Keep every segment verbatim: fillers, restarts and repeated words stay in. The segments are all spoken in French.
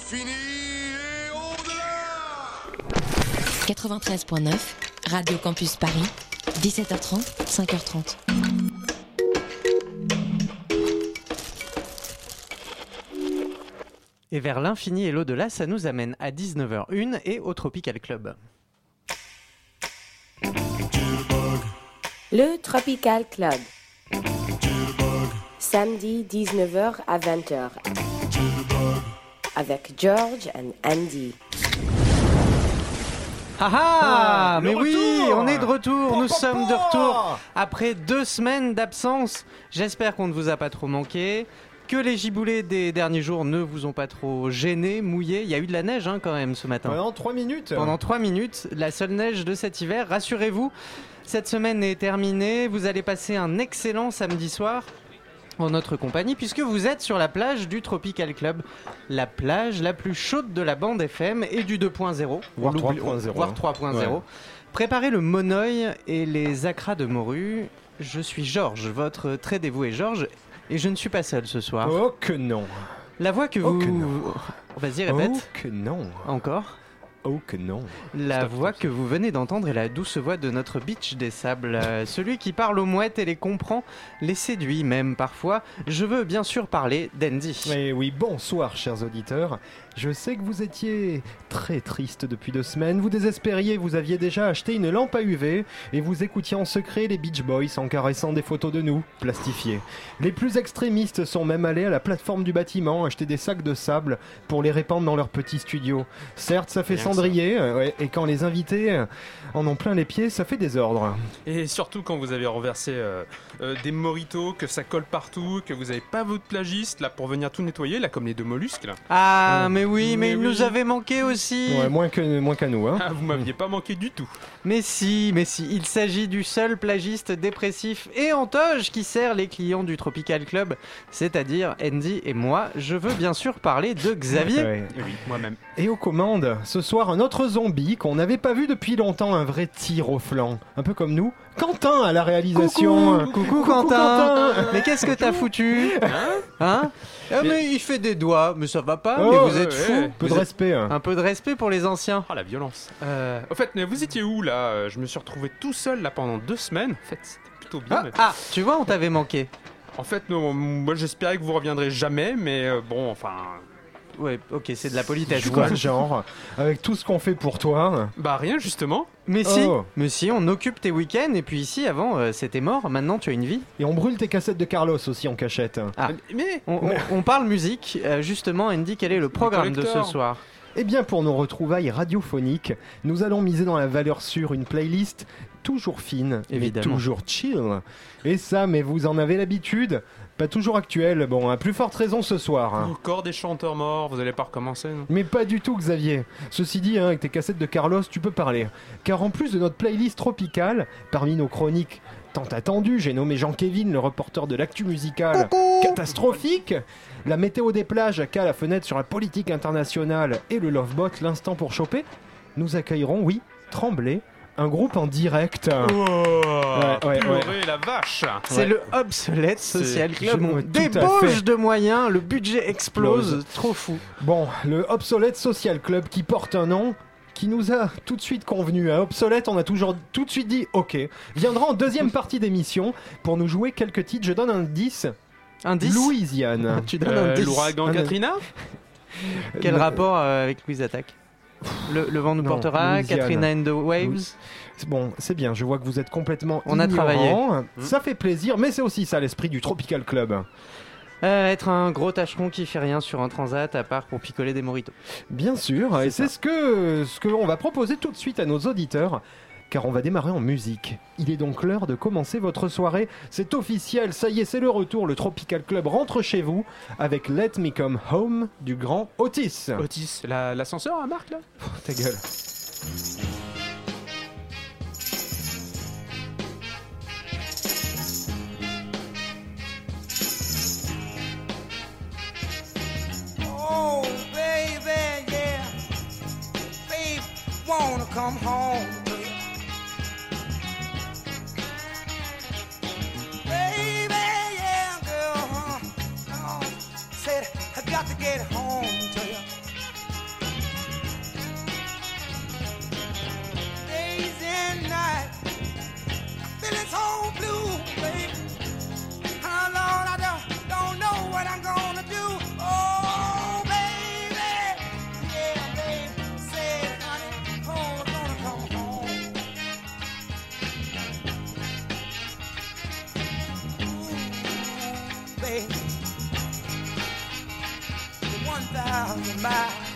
l'infini et au-delà. quatre-vingt-treize virgule neuf, Radio Campus Paris, dix-sept heures trente, cinq heures trente. Et vers l'infini et l'au-delà, ça nous amène à dix-neuf heures une et au Tropical Club. Le Tropical Club. Samedi dix-neuf heures à vingt heures. Avec George and Andy. Ah ah, Ah, mais le oui, retour. on est de retour, Po, nous po, sommes po. de retour après deux semaines d'absence. J'espère qu'on ne vous a pas trop manqué, que les giboulées des derniers jours ne vous ont pas trop gêné, mouillé. Il y a eu de la neige hein, quand même ce matin. Pendant trois minutes. Pendant trois minutes, la seule neige de cet hiver. Rassurez-vous, cette semaine est terminée. Vous allez passer un excellent samedi soir en notre compagnie, puisque vous êtes sur la plage du Tropical Club, la plage la plus chaude de la bande F M et du deux point zéro, Voire On l'oublie- trois point zéro, voire hein. trois point zéro. Ouais. Préparez le monoeil et les acras de morue. Je suis Georges, votre très dévoué Georges, et je ne suis pas seul ce soir. Oh que non. La voix que Oh vous... que non. Vas-y, répète. Oh que non. Encore. Oh que non. La Stop, voix stop, que vous venez d'entendre est la douce voix de notre Beach des Sables, euh, celui qui parle aux mouettes et les comprend, les séduit même parfois. Je veux bien sûr parler d'Andy. Eh oui, bonsoir chers auditeurs. Je sais que vous étiez très triste depuis deux semaines, vous désespériez, vous aviez déjà acheté une lampe à U V et vous écoutiez en secret les Beach Boys en caressant des photos de nous, plastifiées. Les plus extrémistes sont même allés à la plateforme du bâtiment acheter des sacs de sable pour les répandre dans leur petit studio. Certes, ça fait Rien que cendrier, euh, ouais, et quand les invités euh, en ont plein les pieds, ça fait désordre. Et surtout quand vous avez renversé euh, euh, des mojitos, que ça colle partout, que vous n'avez pas votre plagiste là pour venir tout nettoyer, là comme les deux mollusques là. Ah, mais oui, mais, Mais il oui. nous avait manqué aussi. Ouais, moins que moins qu'à nous, hein. Ah, vous m'aviez pas manqué du tout. Mais si, mais si, il s'agit du seul plagiste dépressif et en toge qui sert les clients du Tropical Club, c'est-à-dire Andy et moi. Je veux bien sûr parler de Xavier. Ouais. Et oui, moi-même. Et aux commandes, ce soir un autre zombie qu'on n'avait pas vu depuis longtemps, un vrai tir au flanc, un peu comme nous. Quentin à la réalisation. Coucou, coucou, Quentin. Mais qu'est-ce que t'as foutu? Hein? Ah, mais il fait des doigts, mais ça va pas, Oh, mais vous êtes ouais, fous. ouais. Peu de Vous êtes- respect. hein. Un peu de respect pour les anciens. Oh la violence. Euh, au fait, mais vous étiez où là? Je me suis retrouvé tout seul là pendant deux semaines. En fait, c'était plutôt bien. Ah. mais- Ah, tu vois, on t'avait manqué. En fait, non, moi j'espérais que vous reviendrez jamais, mais euh, bon, enfin. Ouais, ok, c'est de la politesse. Je quoi. vois le genre, avec tout ce qu'on fait pour toi. Bah rien justement. Mais si, Oh. mais si, on occupe tes week-ends et puis ici, avant, euh, c'était mort. Maintenant, tu as une vie. Et on brûle tes cassettes de Carlos aussi en cachette. Ah. Mais. On, on- on parle musique. Euh, justement, Andy, quel est le programme de ce collector. soir? Eh bien, pour nos retrouvailles radiophoniques, nous allons miser dans la valeur sûre une playlist toujours fine, Évidemment. mais toujours chill. Et ça, mais vous en avez l'habitude, pas toujours actuelle. Bon, à plus forte raison ce soir. hein. Encore des chanteurs morts, vous allez pas recommencer non? Mais pas du tout, Xavier. Ceci dit, hein, avec tes cassettes de Carlos, tu peux parler. Car en plus de notre playlist tropicale, parmi nos chroniques tant attendues, j'ai nommé Jean-Kévin, le reporter de l'actu musicale catastrophique, la météo des plages, K, la fenêtre sur la politique internationale, et le Lovebot, l'instant pour choper, nous accueillerons, oui, Tremblay, un groupe en direct. Oh, ouais, ouais. purée, la vache. C'est Ouais. le Obsolète Social C'est- Club. je- On ouais, tout à débauche fait. de moyens, le budget explose. Explose. Trop fou. Bon, le Obsolete Social Club qui porte un nom qui nous a tout de suite convenu. À Obsolete, on a toujours tout de suite dit OK. Viendra en deuxième partie d'émission pour nous jouer quelques titres. Je donne un dix. Un dix. Louisiane. Tu donnes Euh, un dix. L'ouragan Un- Katrina. Quel Euh, rapport euh, avec Louise Attaque? le, le vent nous Non, portera, Louisiane. Katrina and the Waves. Bon, c'est bien, je vois que vous êtes complètement On a ignorant. Ça fait plaisir, mais c'est aussi ça l'esprit du Tropical Club. Euh, être un gros tâcheron qui fait rien sur un transat à part pour picoler des mojitos. Bien sûr, et C'est c'est ce que ce que on va proposer tout de suite à nos auditeurs, car on va démarrer en musique. Il est donc l'heure de commencer votre soirée. C'est officiel, ça y est, c'est le retour. Le Tropical Club rentre chez vous avec Let Me Come Home du grand Otis. Otis, la- l'ascenseur à Marc là. Ta gueule. Oh, baby, yeah. Babe, wanna come home to you. Baby, yeah, girl, huh? Oh, said I got to get home to you. one thousand miles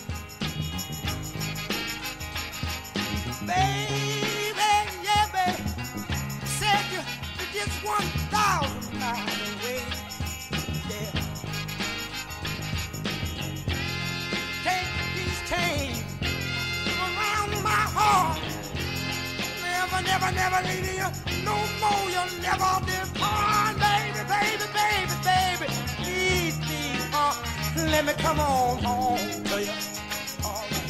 away. Baby, yeah, baby, you said you, you're just one thousand miles away. Yeah. Take these chains around my heart. Never, never, never leave you no more. You'll never depart, baby, baby, baby, baby. Please, please, uh, let me come on home to you. All right.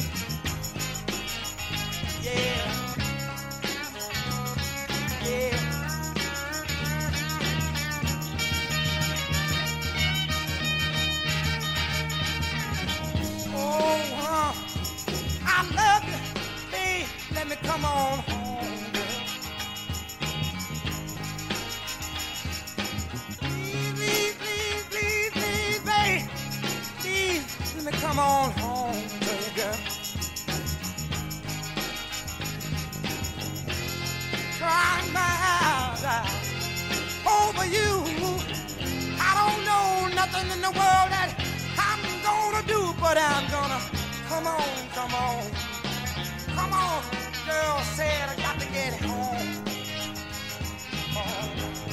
Yeah. Yeah. Oh, uh, I love you, babe. Let me come on home. Come on home, baby girl. Crying my eyes out over you. I don't know nothing in the world that I'm gonna do, but I'm gonna come on, come on, come on. Girl said I got to get home. Oh.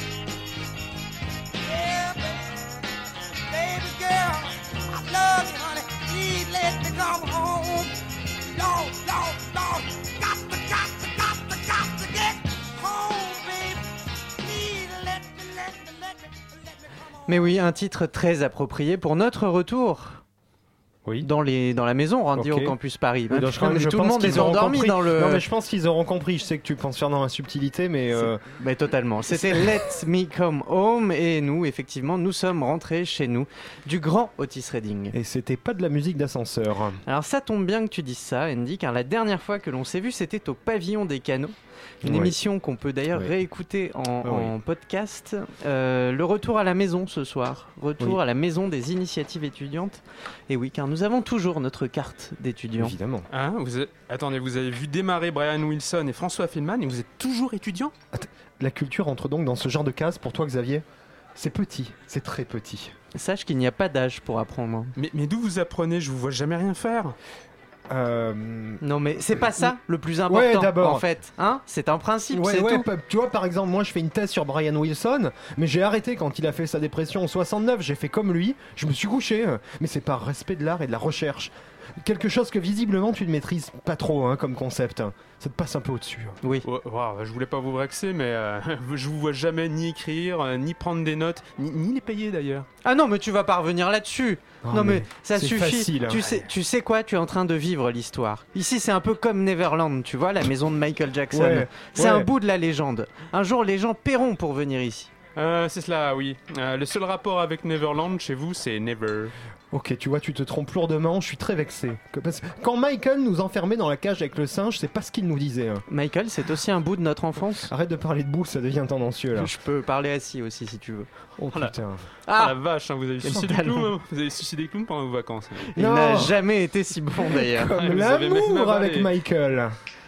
Yeah, baby, baby girl, I love you, honey. Please let me come home. Lord, Lord, Lord, got to, got to, got to, got to get home, baby. Please let me, let me, let me, let me come home. Mais oui, un titre très approprié pour notre retour. Oui. Dans, les, dans la maison, Randy, Ok. au Campus Paris. Oui, donc, Putain, mais je tout le pense monde qu'ils est auront endormi compris. dans le... Non mais je pense qu'ils auront compris. Je sais que tu penses faire dans la subtilité, mais euh, Mais totalement. C'était Let Me Come Home et nous, effectivement, nous sommes rentrés chez nous du grand Otis Redding. et c'était pas de la musique d'ascenseur. Alors ça tombe bien que tu dises ça, Andy, car la dernière fois que l'on s'est vu, c'était au Pavillon des Canaux. Une Ouais. émission qu'on peut d'ailleurs Ouais. réécouter en, Ah en oui. podcast. Euh, le retour à la maison ce soir. Retour Oui. à la maison des initiatives étudiantes. Et oui, car nous avons toujours notre carte d'étudiant. Évidemment. Hein, vous avez- Attendez, vous avez vu démarrer Brian Wilson et François Fillman et vous êtes toujours étudiant? La culture entre donc dans ce genre de case pour toi, Xavier. C'est petit, c'est très petit. Sache qu'il n'y a pas d'âge pour apprendre. Mais, mais d'où vous apprenez? Je vous vois jamais rien faire. Euh... Non mais c'est pas ça le plus important Ouais, d'abord. en fait. Hein, c'est un principe, Ouais, c'est ouais, tout. pa- tu vois, par exemple, moi je fais une thèse sur Brian Wilson, mais j'ai arrêté quand il a fait sa dépression en soixante-neuf. J'ai fait comme lui, je me suis couché. Mais c'est par respect de l'art et de la recherche. Quelque chose que visiblement tu ne maîtrises pas trop hein, comme concept. Ça te passe un peu au-dessus. Oui. Oh, wow, je voulais pas vous vexer, mais euh, je vous vois jamais ni écrire, euh, ni prendre des notes, ni, ni les payer d'ailleurs. Ah non mais tu vas pas revenir là-dessus. Oh, non mais, ça c'est suffit. facile, hein. Tu sais, tu sais quoi, tu es en train de vivre l'histoire. Ici c'est un peu comme Neverland, tu vois, la maison de Michael Jackson. Ouais, c'est ouais. un bout de la légende. Un jour les gens paieront pour venir ici. Euh, c'est cela, oui. Euh, le seul rapport avec Neverland chez vous, c'est Never. Ok, tu vois, tu te trompes lourdement, je suis très vexé. Que- parce que Quand Michael nous enfermait dans la cage avec le singe, c'est pas ce qu'il nous disait. hein. Michael, c'est aussi un bout de notre enfance. Arrête de parler de boule, ça devient tendancieux là. Je peux parler assis aussi si tu veux. Oh Voilà. putain. Ah, la Ah, vache, hein, vous avez sucé des totalement. clowns, hein. Vous avez sucé des clowns pendant vos vacances. hein. il Non. n'a jamais été si bon d'ailleurs. Comme vous avez même l'amour avalé. avec Michael.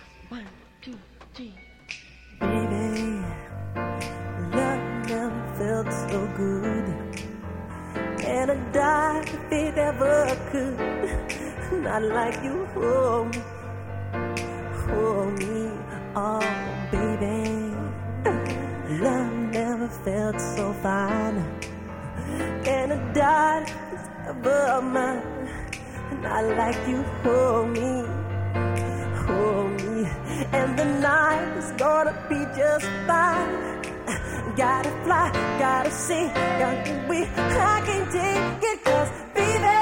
Baby, love never felt so good. And I died if it ever could. Not like you hold me, hold me, oh baby. Love never felt so fine. And I died if it's ever mine. Not like you hold me, hold me. And the night is gonna be just fine. Gotta fly, gotta see, gotta be. I can't take it, cause baby,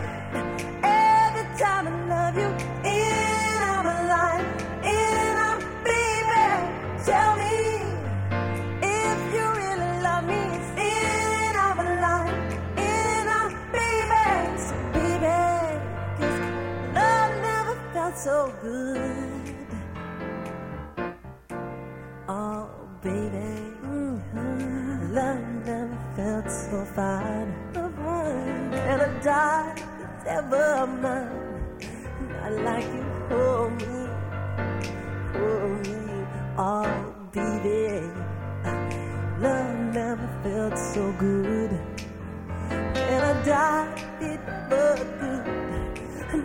every time I love you, in out of line, in out, baby. Tell me if you really love me, in out of line, in out, baby. So baby, cause love never felt so good. Oh, baby, mm-hmm. Love never felt so fine. And I died if it's ever mine. Not like you hold me, hold me. Oh, baby, love never felt so good. And I died if it ever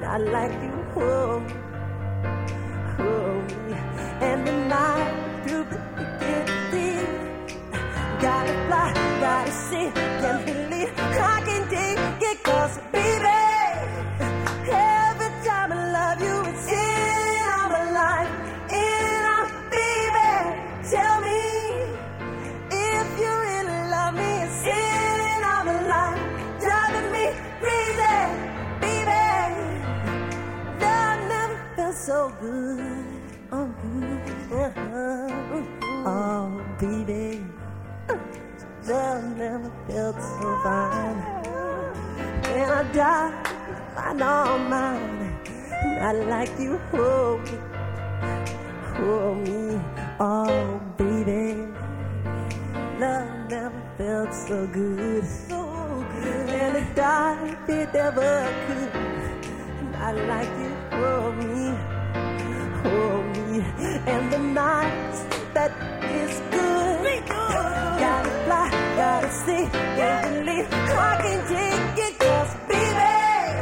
not like you. Oh, oh, and the night through the beginning. Gotta fly, gotta see, can't believe I can take it, cause baby, every time I love you, it's in, I'm alive, in, I'm baby, tell me, if you really love me, it's in, I'm alive, driving me crazy, baby, love never felt so good, oh, oh baby. Love never felt so fine. When I die, I know I'm mine. Not like you, hold me, hold me, oh baby. Love never felt so good, so good. And I die, it never could. Not like you, hold me, hold me. And the nights that is good. Gotta fly, gotta see, can't believe I can take it, cause baby,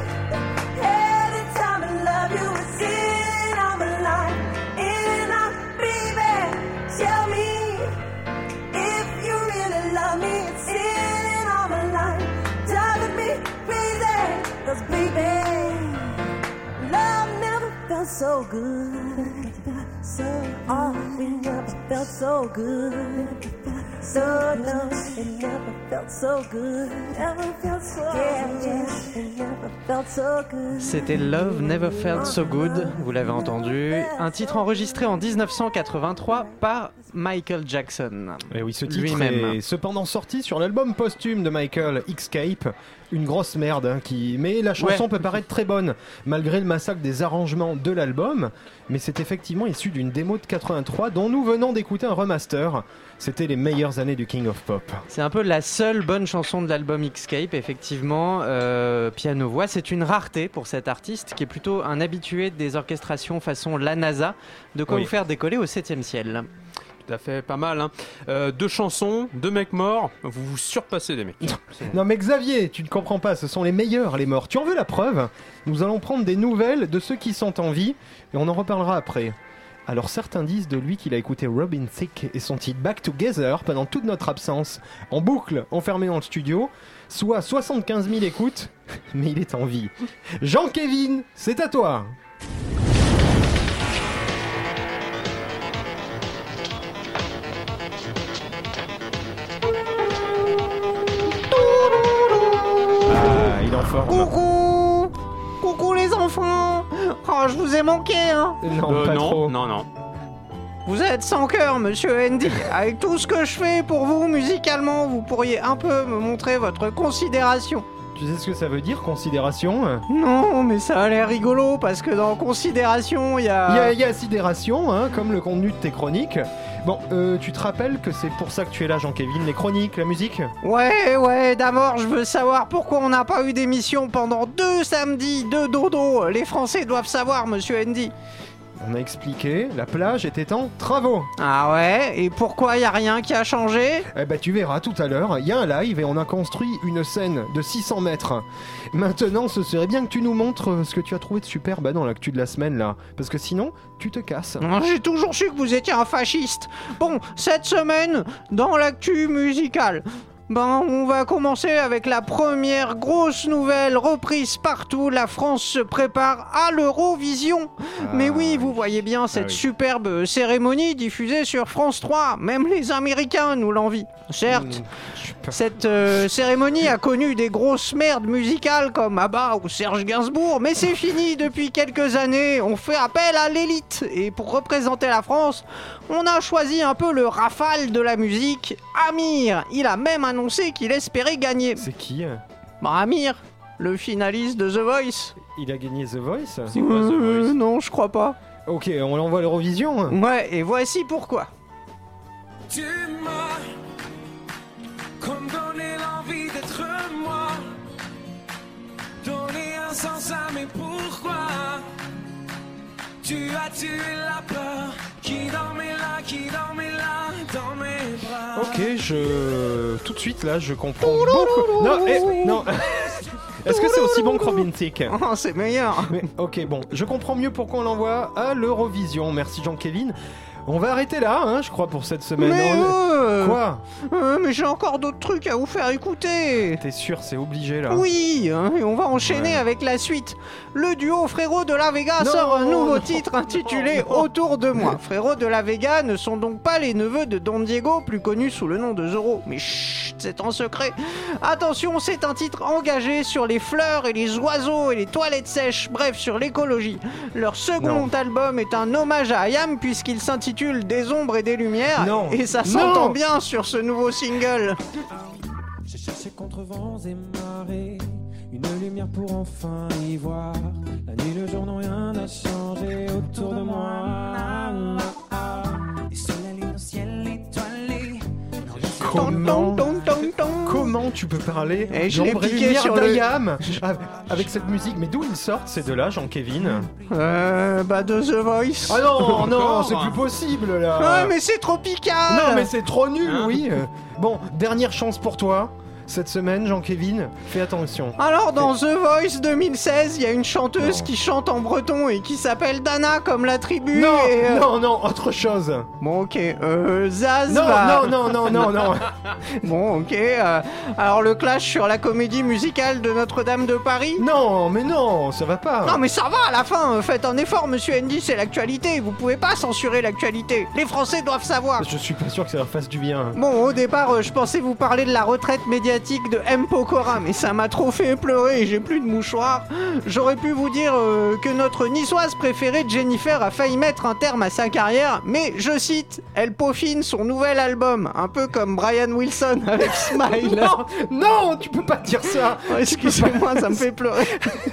every time I love you, it's in, I'm alive, in, I'm baby, tell me, if you really love me, it's in, I'm alive, driving me crazy, cause baby, love never felt so good, so, oh, it never felt so good. So no, it never felt so good. Never felt so yeah, yeah, it never felt so good. C'était Love Never Felt So Good, vous l'avez entendu, un titre enregistré en dix-neuf cent quatre-vingt-trois par Michael Jackson. Et oui, ce titre lui-même est cependant sorti sur l'album posthume de Michael, Escape. Une grosse merde, hein, qui... mais la chanson Ouais. peut paraître très bonne, malgré le massacre des arrangements de l'album. Mais c'est effectivement issu d'une démo de quatre-vingt-trois dont nous venons d'écouter un remaster. C'était les meilleures années du King of Pop. C'est un peu la seule bonne chanson de l'album Escape, effectivement, euh, piano-voix. C'est une rareté pour cet artiste qui est plutôt un habitué des orchestrations façon la NASA, de quoi Oui. vous faire décoller au septième ciel. Tout à fait, pas mal. Hein. Euh, deux chansons, deux mecs morts, vous vous surpassez les mecs. Non mais Xavier, tu ne comprends pas, ce sont les meilleurs les morts. Tu en veux la preuve? Nous allons prendre des nouvelles de ceux qui sont en vie et on en reparlera après. Alors certains disent de lui qu'il a écouté Robin Thicke et son titre Back Together pendant toute notre absence, en boucle, enfermé dans le studio, soit soixante-quinze mille écoutes, mais il est en vie. Jean-Kévin, c'est à toi. Ah, il est en forme. Coucou Coucou les enfants. Oh, je vous ai manqué, hein. Non, Euh, pas non, trop. non, non. Vous êtes sans cœur, monsieur Andy. Avec tout ce que je fais pour vous musicalement, vous pourriez un peu me montrer votre considération. Tu sais ce que ça veut dire, considération? Non, mais ça a l'air rigolo, parce que dans considération, il y Il y a... a, il y a sidération, hein, comme le contenu de tes chroniques. Bon, euh, tu te rappelles que c'est pour ça que tu es là, Jean-Kévin, les chroniques, la musique? Ouais, ouais, d'abord, je veux savoir pourquoi on n'a pas eu d'émission pendant deux samedis, deux dodo. Les Français doivent savoir, monsieur Andy. On a expliqué, la plage était en travaux. Ah ouais, et pourquoi il y a rien qui a changé? Eh ben tu verras tout à l'heure, il y a un live et on a construit une scène de six cents mètres. Maintenant, ce serait bien que tu nous montres ce que tu as trouvé de super bah, dans l'actu de la semaine là. Parce que sinon, tu te casses. J'ai toujours su que vous étiez un fasciste. Bon, cette semaine, dans l'actu musicale, ben, on va commencer avec la première grosse nouvelle reprise partout. La France se prépare à l'Eurovision. Mais oui, vous voyez bien cette oui. superbe cérémonie diffusée sur France trois. Même les Américains nous l'envient. Certes, Mmh, je suis pas- cette euh, cérémonie a connu des grosses merdes musicales comme ABBA ou Serge Gainsbourg, mais c'est fini depuis quelques années. On fait appel à l'élite. Et pour représenter la France, on a choisi un peu le rafale de la musique, Amir. Il a même annoncé qu'il espérait gagner. C'est qui? Bah, Amir, le finaliste de The Voice. Il a gagné The Voice? C'est quoi The Euh, Voice? Non, je crois pas. Ok, on l'envoie à l'Eurovision. Ouais, et voici pourquoi. Tu m'as comme donné l'envie d'être moi, donné un sens à mes pourquoi. Tu as tué la peur qui dormait là, qui dormait là, dans mes bras. Ok, je... Tout de suite là, je comprends beaucoup... Non, eh, non Est-ce que c'est aussi bon que Robin Thicke? Oh, c'est meilleur. Mais, ok, bon, je comprends mieux pourquoi on l'envoie à l'Eurovision. Merci Jean-Kévin. On va arrêter là, hein, je crois, pour cette semaine. Mais On- euh, Quoi? euh, Mais j'ai encore d'autres trucs à vous faire écouter. T'es sûr, c'est obligé là? Oui, hein, et on va enchaîner Ouais. avec la suite. Le duo Frérot de la Vega Non, sort un nouveau non, titre intitulé non. Autour de moi. Frérot de la Vega ne sont donc pas les neveux de Don Diego, plus connu sous le nom de Zorro. Mais chut, c'est en secret. Attention, c'est un titre engagé sur les fleurs et les oiseaux et les toilettes sèches, bref, sur l'écologie. Leur second Non. album est un hommage à Ayam puisqu'il s'intitule Des ombres et des lumières. Non. Et ça Non. s'entend bien sur ce nouveau single. J'ai cherché contre vents et marées une lumière pour enfin y voir. La nuit, le jour n'ont rien à changer autour de moi. Et sous la lune au ciel étoilé. Comment, Ton, ton, ton, ton. comment tu peux parler Eh, je l'ai d'ombre et piqué lumière sur le- d'Ayam avec cette musique? Mais d'où ils sortent ces deux-là, Jean-Kévin? Euh, bah de The Voice. Ah non, non, Encore c'est plus possible là. Ouais, mais c'est tropical. Non, mais c'est trop nul, Hein oui. Euh, Bon, dernière chance pour toi. Cette semaine, Jean-Kévin, fais attention. Alors dans The Voice deux mille seize, il y a une chanteuse Non. qui chante en breton et qui s'appelle Dana comme la tribu. Non, et, euh, non, non, autre chose. Bon ok, euh, Zaz Non, va- non, non, non, non, non. Bon ok, euh, alors le clash sur la comédie musicale de Notre-Dame de Paris. Non, mais non, ça va pas. Non mais ça va à la fin, euh, faites un effort monsieur Andy, c'est l'actualité, vous pouvez pas censurer l'actualité. Les Français doivent savoir. Je suis pas sûr que ça leur fasse du bien. Bon, au départ, euh, je pensais vous parler de la retraite médiatique de M. Pokora, mais ça m'a trop fait pleurer et j'ai plus de mouchoirs. J'aurais pu vous dire euh, que notre niçoise préférée, Jennifer, a failli mettre un terme à sa carrière, mais je cite, elle peaufine son nouvel album, un peu comme Brian Wilson avec Smile. Non, non, tu peux pas dire ça. Oh, excusez-moi, ça me fait pleurer.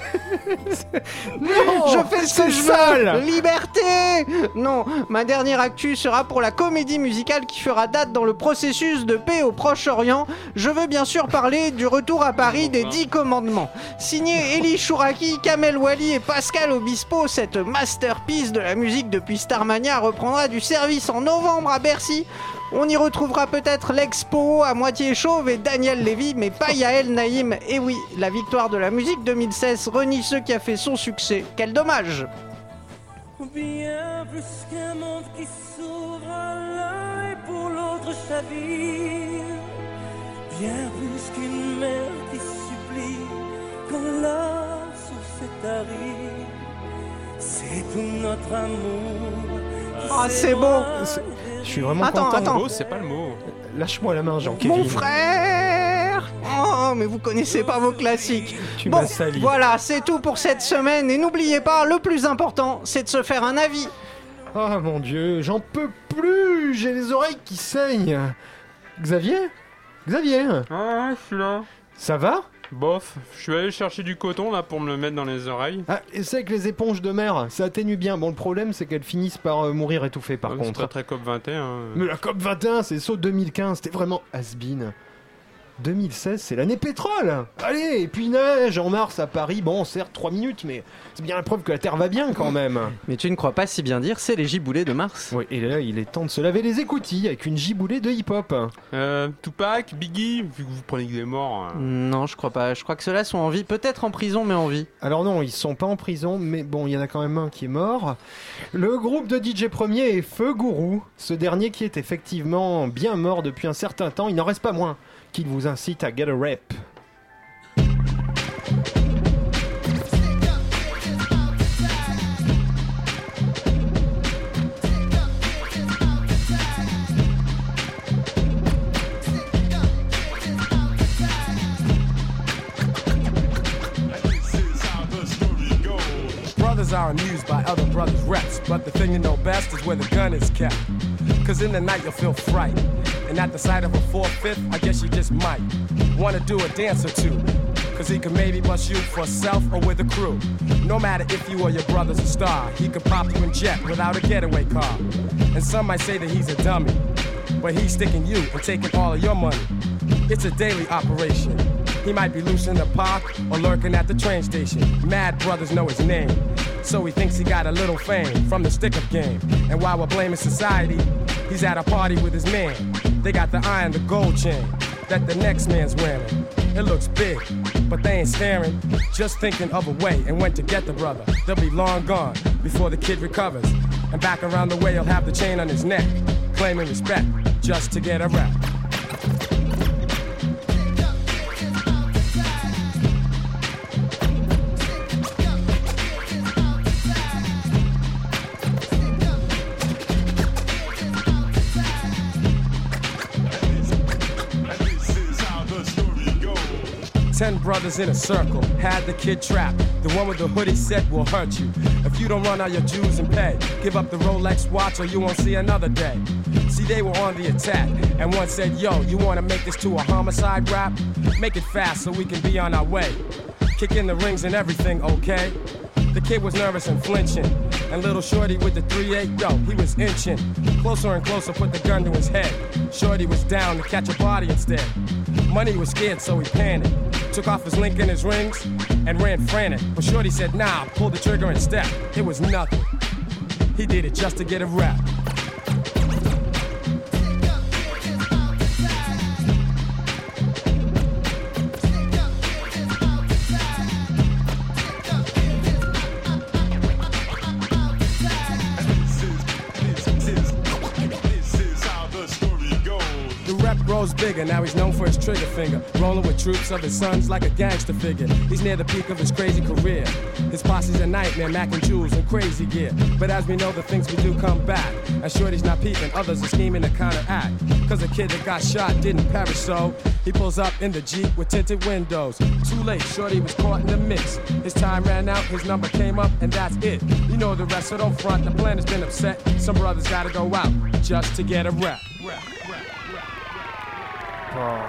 Non, Je fais ce que c'est je sale. veux. Liberté. Non, ma dernière actu sera pour la comédie musicale qui fera date dans le processus de paix au Proche-Orient. Je veux bien sûr parler du retour à Paris des Dix Commandements. Signé Elie Chouraki, Kamel Wally et Pascal Obispo, cette masterpiece de la musique depuis Starmania reprendra du service en novembre à Bercy. On y retrouvera peut-être l'expo à moitié chauve et Daniel Lévy, mais pas Yael Naïm. Et oui, la victoire de la musique deux mille seize renie ce qui a fait son succès. Quel dommage! Bien plus qu'un monde qui s'ouvre à l'un et pour l'autre chavire. Bien plus qu'une mer qui supplie quand la source est aride. C'est tout notre amour. Ah, c'est beau! C'est- Je suis vraiment Attends, content. attends. Beau, c'est pas le mot. Lâche-moi la main, Jean-Kévin. Mon frère! Oh, mais vous connaissez pas vos classiques. Tu Bon, m'as sali. voilà, c'est tout pour cette semaine. Et n'oubliez pas, le plus important, c'est de se faire un avis. Oh mon dieu, j'en peux plus. J'ai les oreilles qui saignent. Xavier Xavier Ah, je suis là. Ça va? Bof, je suis allé chercher du coton là pour me le mettre dans les oreilles. Ah, et c'est que les éponges de mer, ça atténue bien. Bon, le problème, c'est qu'elles finissent par euh, mourir étouffées par Ouais, c'est contre. très très COP vingt et un. Mais la COP vingt et un, c'est saut deux mille quinze, c'était vraiment has-been. deux mille seize, c'est l'année pétrole. Allez, et puis neige en mars à Paris. Bon, certes, trois minutes, mais c'est bien la preuve que la Terre va bien quand même. Mais tu ne crois pas si bien dire, c'est les giboulées de mars. Oui, et là, il est temps de se laver les écoutilles avec une giboulée de hip-hop. Euh, Tupac, Biggie, vu que vous prenez que des morts. euh. Non, je crois pas. Je crois que ceux-là sont en vie. Peut-être en prison, mais en vie. Alors non, ils sont pas en prison, mais bon, il y en a quand même un qui est mort. Le groupe de D J premier est Feu Gourou. Ce dernier qui est effectivement bien mort depuis un certain temps. Il n'en reste pas moins qu'il vous incite à get a rap. Brothers are amused by other brothers' reps, but the thing you know best is where the gun is kept. Cause in the night you'll feel fright, and at the sight of a four-fifth, I guess you just might wanna do a dance or two. Cause he could maybe bust you for self or with a crew. No matter if you or your brother's a star, he could pop you in jet without a getaway car. And some might say that he's a dummy, but he's sticking you and taking all of your money. It's a daily operation. He might be loose in the park or lurking at the train station. Mad brothers know his name, so he thinks he got a little fame from the stick-up game. And while we're blaming society, he's at a party with his man. They got the eye and the gold chain. that the next man's wearing. It looks big, but they ain't staring, just thinking of a way and when to get the brother. They'll be long gone before the kid recovers, and back around the way he'll have the chain on his neck, claiming respect just to get a rap. Ten brothers in a circle, had the kid trapped. The one with the hoodie said will hurt you. If you don't run out your dues and pay, give up the Rolex watch or you won't see another day. See, they were on the attack, and one said, yo, you wanna make this to a homicide rap? Make it fast so we can be on our way. Kick in the rings and everything, okay? The kid was nervous and flinching, and little Shorty with the three eight, yo, he was inching. Closer and closer, put the gun to his head. Shorty was down to catch a body instead. Money was scared, so he panicked. Took off his link and his rings and ran frantic. But Shorty said, nah, pull the trigger and step. It was nothing. He did it just to get a rap. Grows bigger, now he's known for his trigger finger. Rolling with troops of his sons like a gangster figure. He's near the peak of his crazy career. His posse's a nightmare, Mac and Jules and crazy gear. But as we know, the things we do come back. And Shorty's not peeping, others are scheming to counteract. Cause the kid that got shot didn't perish, so he pulls up in the Jeep with tinted windows. Too late, Shorty was caught in the mix. His time ran out, his number came up, and that's it. You know the rest, so don't front, the plan has been upset. Some brothers gotta go out just to get a rap. Oh,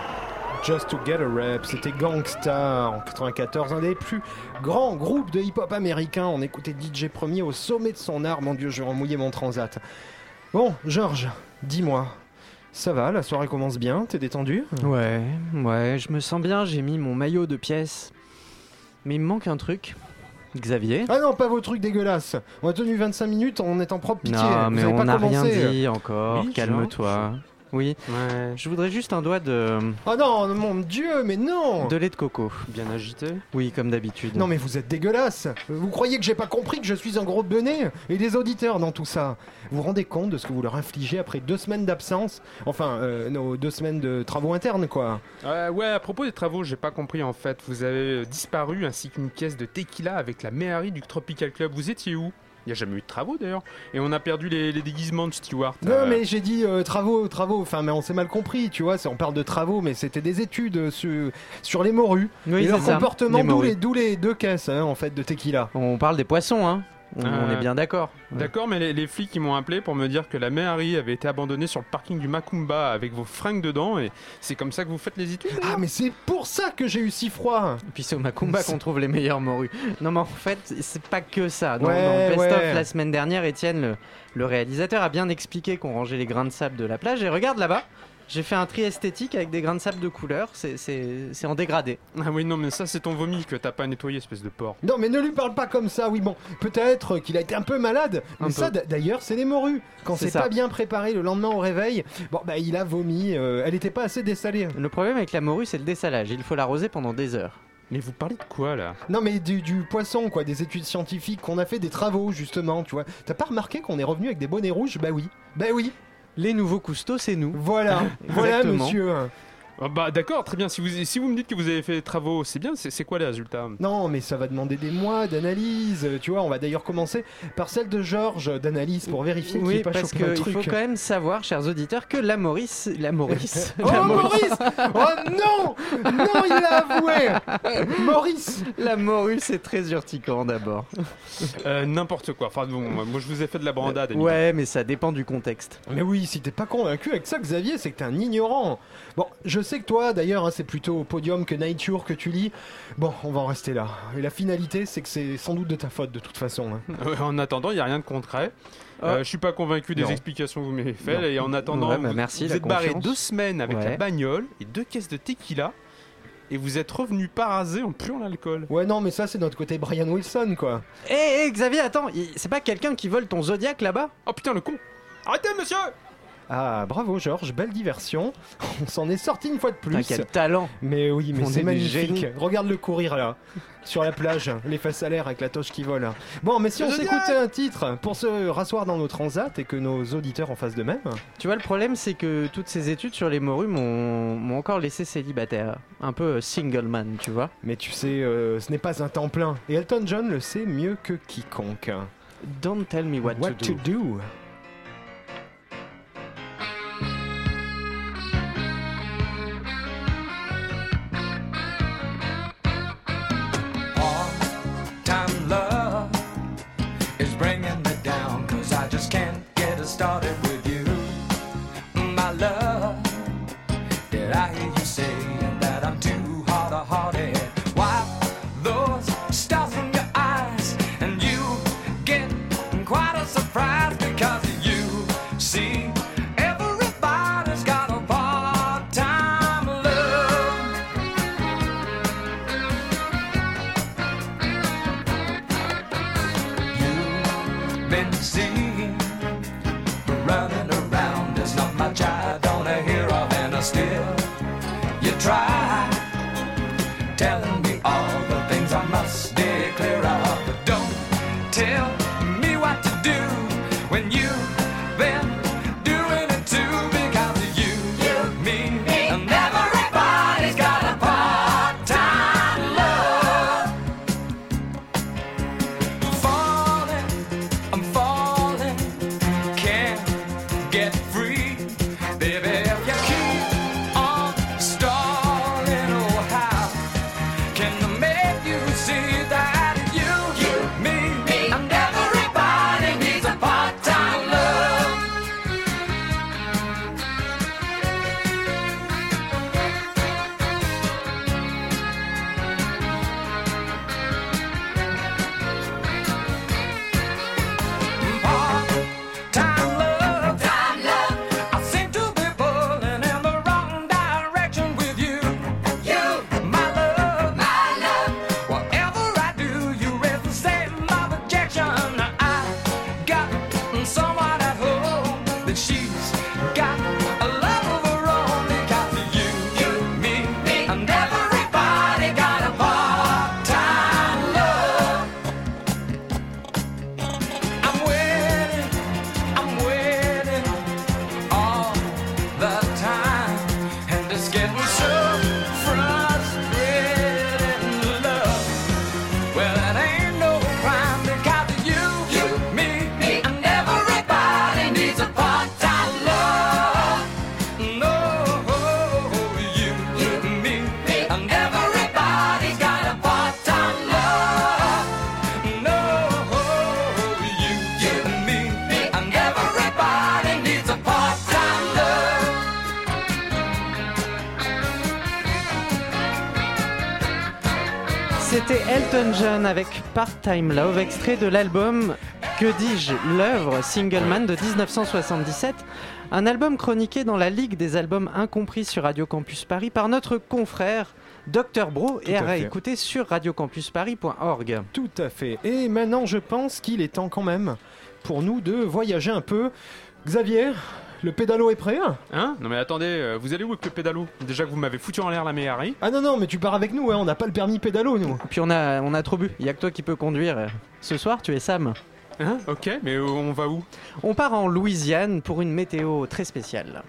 Just to Get a Rap, c'était Gangsta en quatre-vingt-quatorze, un des plus grands groupes de hip-hop américain. On écoutait D J Premier au sommet de son art, mon Dieu, je vais remouiller mon transat. Bon, Georges, dis-moi, ça va, la soirée commence bien, t'es détendu ? Ouais, ouais, je me sens bien, j'ai mis mon maillot de pièces. Mais il me manque un truc. Xavier ? Ah non, pas vos trucs dégueulasses. On a tenu vingt-cinq minutes, on est en propre pitié. Non, Vous mais avez on pas n'a commencé. rien dit encore, Oui, calme-toi. Oui, Ouais. je voudrais juste un doigt de... Oh non, mon Dieu, mais non. de lait de coco. Bien agité. Oui, comme d'habitude. Non mais vous êtes dégueulasse. Vous croyez que j'ai pas compris que je suis un gros bonnet et des auditeurs dans tout ça. Vous vous rendez compte de ce que vous leur infligez après deux semaines d'absence ? Enfin, euh, nos deux semaines de travaux internes, quoi. Euh, ouais, à propos des travaux, j'ai pas compris en fait. Vous avez euh, disparu ainsi qu'une caisse de tequila avec la Méhari du Tropical Club. Vous étiez où ? Il n'y a jamais eu de travaux d'ailleurs. Et on a perdu les, les déguisements de Stewart. Non Euh, mais j'ai dit euh, travaux, travaux, enfin mais on s'est mal compris, tu vois, c'est- on parle de travaux mais c'était des études euh, sur, sur les morues Oui, et leur c'est ça, comportement, les d'où morues. les, d'où les deux caisses hein, en fait de tequila. On parle des poissons, hein. On, Euh, on est bien d'accord. D'accord, mais les, les flics ils m'ont appelé pour me dire que la Méhari avait été abandonnée sur le parking du Macumba avec vos fringues dedans et c'est comme ça que vous faites les études. Ah mais c'est pour ça que j'ai eu si froid. Et puis c'est au Macumba qu'on trouve les meilleures morues. Non mais en fait, c'est pas que ça. Dans, Ouais, dans le best-of ouais. la semaine dernière, Étienne, le, le réalisateur, a bien expliqué qu'on rangeait les grains de sable de la plage. Et regarde là-bas, j'ai fait un tri esthétique avec des grains de sable de couleur. C'est, c'est, c'est en dégradé. Ah oui, non, mais ça c'est ton vomi que t'as pas nettoyé, espèce de porc. Non mais ne lui parle pas comme ça, oui bon, peut-être qu'il a été un peu malade, Un mais peu. ça d- d'ailleurs c'est les morues. Quand C'est c'est ça. pas bien préparé le lendemain au réveil, bon bah il a vomi, euh, elle était pas assez dessalée. Le problème avec la morue, c'est le dessalage. Il faut l'arroser pendant des heures. Mais vous parlez de quoi là ? Non mais du, du poisson quoi, des études scientifiques, qu'on a fait des travaux justement, tu vois. T'as pas remarqué qu'on est revenu avec des bonnets rouges ? Bah oui, bah oui, Les nouveaux cousteaux, c'est nous. voilà, voilà Exactement. monsieur. Ah bah d'accord, très bien, si vous, si vous me dites que vous avez fait des travaux, c'est bien, c'est, c'est quoi les résultats ? Non mais ça va demander des mois d'analyse, tu vois, on va d'ailleurs commencer par celle de Georges d'analyse pour vérifier qu'il Oui, n'est pas parce chopé un qu'il truc. faut quand même savoir, chers auditeurs, que la Maurice... La Maurice... Oh la Maurice Oh non Non, il l'a avoué Maurice La morue, c'est très urticant d'abord. Euh, n'importe quoi, enfin bon, moi je vous ai fait de la brandade. Annie. Ouais, mais ça dépend du contexte. Mais oui, si t'es pas convaincu avec ça, Xavier, c'est que t'es un ignorant. Bon, je sais que toi, d'ailleurs, hein, c'est plutôt au Podium que Nature que tu lis. Bon, on va en rester là. Et la finalité, c'est que c'est sans doute de ta faute, de toute façon. hein. Euh, en attendant, il n'y a rien de concret. Euh, je suis pas convaincu des Non. explications que vous m'avez faites. Non. Et en attendant, Ouais, bah, vous, merci, vous la êtes barré confiance. deux semaines avec Ouais. la bagnole et deux caisses de tequila. Et vous êtes revenu parasé en puant l'alcool. Ouais, non, mais ça, c'est notre côté Brian Wilson, quoi. Hé, hé, Xavier, attends, il- c'est pas quelqu'un qui vole ton Zodiac là-bas ? Oh putain, le con! Arrêtez, monsieur! Ah, bravo Georges, belle diversion. On s'en est sorti une fois de plus. Ah, quel talent. Mais oui, mais On est c'est des magnifique. génies. Regarde-le courir là, sur la plage, les fesses à l'air avec la toche qui vole. Bon, mais si on s'écoutait un titre pour se rasseoir dans nos transats et que nos auditeurs en fassent de même. Tu vois, le problème, c'est que toutes ces études sur les morues m'ont m'ont encore laissé célibataire. Un peu euh, single man, tu vois. Mais tu sais, euh, ce n'est pas un temps plein. Et Elton John le sait mieux que quiconque. Don't tell me what, What to do. to do. Time love is bringing me down, 'cause I just can't get it started with you. My love, did I hear you say that I'm too hard-hearted? Wipe those stars from your eyes and you get quite a surprise, because you see everybody's got a part-time love. You've been seen running around, there's not much I don't hear of, and still you try telling me all the things I must stay clear of. But don't tell me what to do when you've been doing it too, because you, you me, me, and everybody's got a part-time love. Falling, I'm falling, can't get free, baby. If you keep on stalling, oh how can I make you see that you, you, me, me, and everybody needs a part-time love. Part-time love, time love. I seem to be pulling in the wrong direction with you. You, my love, my love. Whatever I do, you resist my rejection. I got someone at home that she's got a love of her own, because you, you, me, me, and everybody got a part-time love. I'm waiting, I'm waiting all the time, and it's getting so frustrating. Love, well, it ain't no crime, because you, you, me, me, and everybody needs a part-time love. No, you, you, me, me, and everybody's got a part-time love. No, you, you, me, me, and everybody needs a part-time love. C'était Elton John avec Part-Time Love, extrait de l'album Que dis-je, l'œuvre Single Man de dix-neuf cent soixante-dix-sept, un album chroniqué dans la Ligue des albums incompris sur Radio Campus Paris par notre confrère docteur Bro, et Tout à à fait. réécouter sur radio campus paris point org. Tout à fait. Et maintenant, je pense qu'il est temps quand même pour nous de voyager un peu. Xavier, le pédalo est prêt? Hein? Non mais attendez, euh, vous allez où avec le pédalo? Déjà que vous m'avez foutu en l'air la Méhari. Ah non, non, mais tu pars avec nous, hein, on n'a pas le permis pédalo, nous. Puis on a, on a trop bu, il n'y a que toi qui peux conduire. Ce soir, tu es Sam. Hein? Ok, mais euh, on va où? On part en Louisiane pour une météo très spéciale.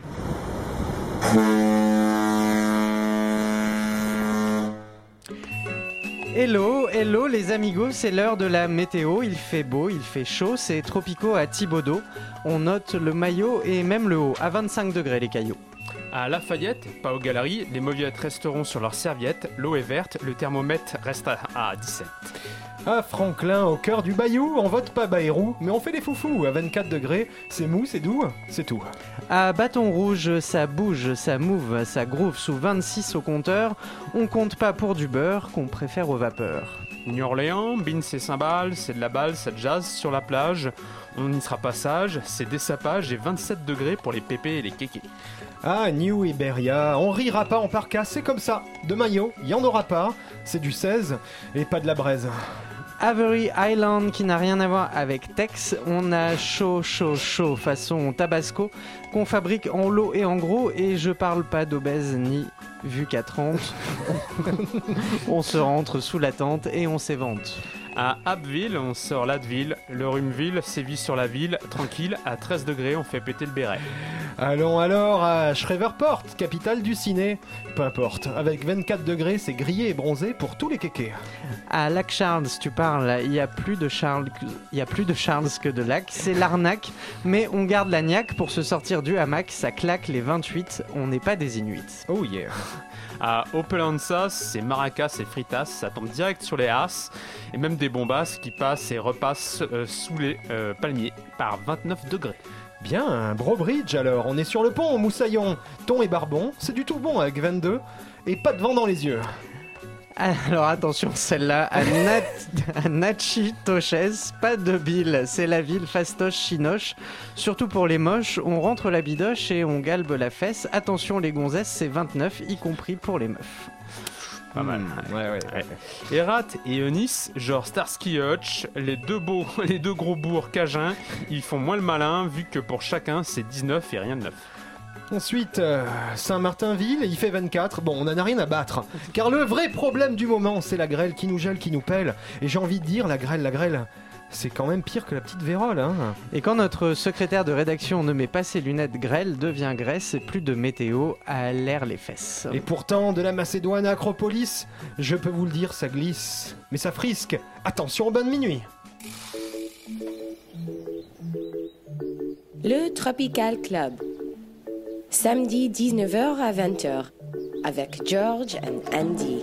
Hello, hello les amigos, c'est l'heure de la météo, il fait beau, il fait chaud, c'est Tropico à Thibaudeau. On note le maillot et même le haut, à vingt-cinq degrés les cailloux. À Lafayette, pas aux galeries, les mauviettes resteront sur leurs serviettes, l'eau est verte, le thermomètre reste à, à dix-sept. À Franklin, au cœur du bayou, on vote pas Bayrou, mais on fait des foufous. À vingt-quatre degrés, c'est mou, c'est doux, c'est tout. À Bâton Rouge, ça bouge, ça move, ça groove sous vingt-six au compteur. On compte pas pour du beurre qu'on préfère aux vapeurs. New Orléans, Beans et cymbales, c'est de la balle, ça jazz sur la plage. On n'y sera pas sage, c'est des sapages et vingt-sept degrés pour les pépés et les kékés. Ah, New Iberia, on rira pas en parka, c'est comme ça. De maillot, y en aura pas, c'est du seize et pas de la braise. Avery Island qui n'a rien à voir avec Tex. On a chaud, chaud, chaud façon Tabasco qu'on fabrique en lot et en gros. Et je parle pas d'obèse ni vu qu'à trente, on se rentre sous la tente et on s'évente. À Abbeville, on sort l'Adville, le Rhumeville sévit sur la ville, tranquille, à treize degrés, on fait péter le béret. Allons alors à Shreveport, capitale du ciné. Peu importe, avec vingt-quatre degrés, c'est grillé et bronzé pour tous les kékés. À Lac Charles, tu parles, il y a plus de Charles, il y a plus de Charles que de lac, c'est l'arnaque, mais on garde la niaque pour se sortir du hamac, ça claque les vingt-huit, on n'est pas des Inuits. Oh yeah. À Opelousas, c'est maracas et fritas, ça tombe direct sur les as, et même des bombasses qui passent et repassent euh, sous les euh, palmiers par vingt-neuf degrés. Bien, Brobridge alors, on est sur le pont, Moussaillon. Thon et barbon, c'est du tout bon avec vingt-deux, et pas de vent dans les yeux. Alors attention, celle-là, à, Nat... à Natchitoches, pas de bile, c'est la ville fastoche chinoche. Surtout pour les moches, on rentre la bidoche et on galbe la fesse. Attention les gonzesses, c'est vingt-neuf, y compris pour les meufs. Pas mal. Mmh, ouais, ouais, ouais. Erat et Eunice, genre Starsky Hutch, les deux beaux, les deux gros bourgs cajuns, ils font moins le malin vu que pour chacun c'est dix-neuf et rien de neuf. Ensuite, euh, Saint-Martinville, il fait vingt-quatre. Bon, on en a rien à battre. Car le vrai problème du moment, c'est la grêle qui nous gèle, qui nous pèle. Et j'ai envie de dire, la grêle, la grêle, c'est quand même pire que la petite vérole, hein. Et quand notre secrétaire de rédaction ne met pas ses lunettes grêle, devient Grèce, et plus de météo, à l'air les fesses. Et pourtant, de la Macédoine à Acropolis, je peux vous le dire, ça glisse. Mais ça frisque. Attention aux bonnes minuit. Le Tropical Club. Samedi dix-neuf heures à vingt heures avec George and Andy.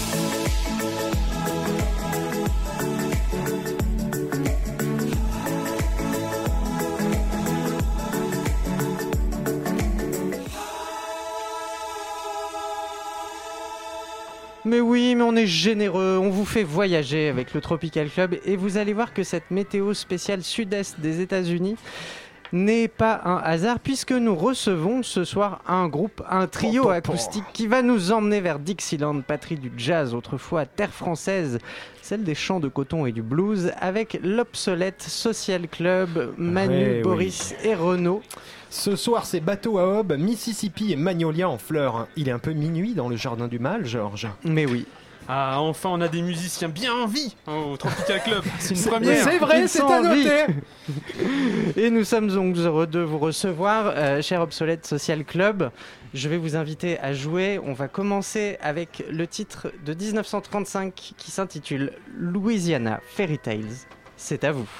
Mais oui, mais on est généreux, on vous fait voyager avec le Tropical Club et vous allez voir que cette météo spéciale sud-est des États-Unis n'est pas un hasard puisque nous recevons ce soir un groupe, un trio oh, oh, acoustique qui va nous emmener vers Dixieland, patrie du jazz, autrefois terre française, celle des chants de coton et du blues, avec l'obsolète Social Club, Manu, ouais, Boris oui. et Renaud. Ce soir, c'est bateau à aube, Mississippi et Magnolia en fleurs. Il est un peu minuit dans le jardin du mal, Georges. Mais oui. Ah, enfin, on a des musiciens bien en vie au Tropical Club. C'est une première. C'est vrai, Ils c'est sont à en noter. Et nous sommes donc heureux de vous recevoir, euh, cher Obsolète Social Club. Je vais vous inviter à jouer. On va commencer avec le titre de dix-neuf cent trente-cinq qui s'intitule Louisiana Fairy Tales. C'est à vous.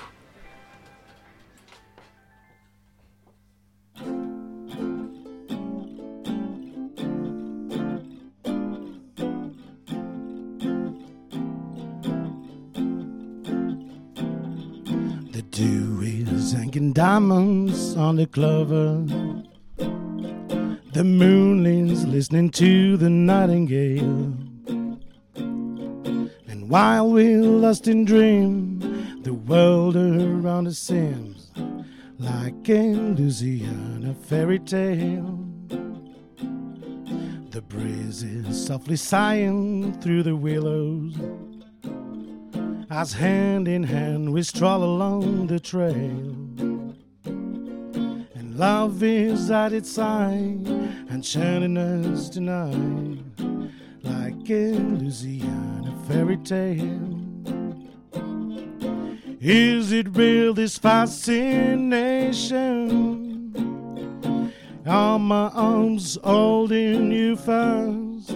The dew is hanging diamonds on the clover. The moonling's listening to the nightingale. And while we're lost in dream, the world around us seems like a Louisiana fairy tale. The breeze is softly sighing through the willows as hand in hand we stroll along the trail. And love is at its side, enchanting us tonight like a Louisiana fairy tale. Is it real, this fascination? Are my arms holding you fast?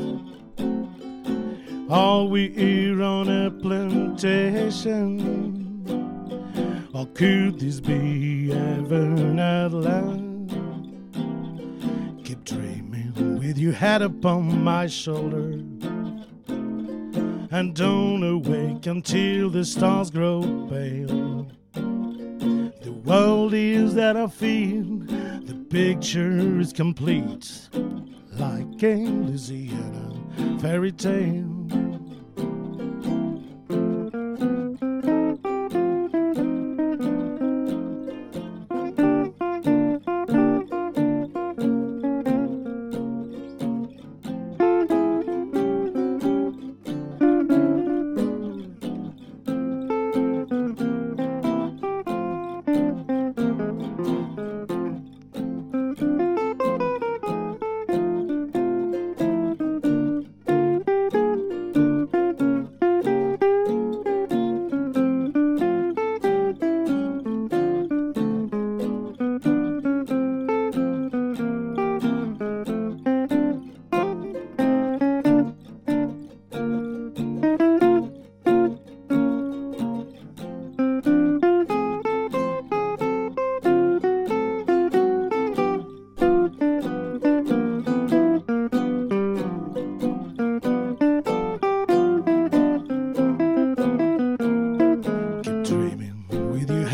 Are we here on a plantation? Or could this be heaven at last? Keep dreaming with your head upon my shoulder, and don't awake until the stars grow pale. The world is that I feel, the picture is complete, like a Louisiana fairy tale.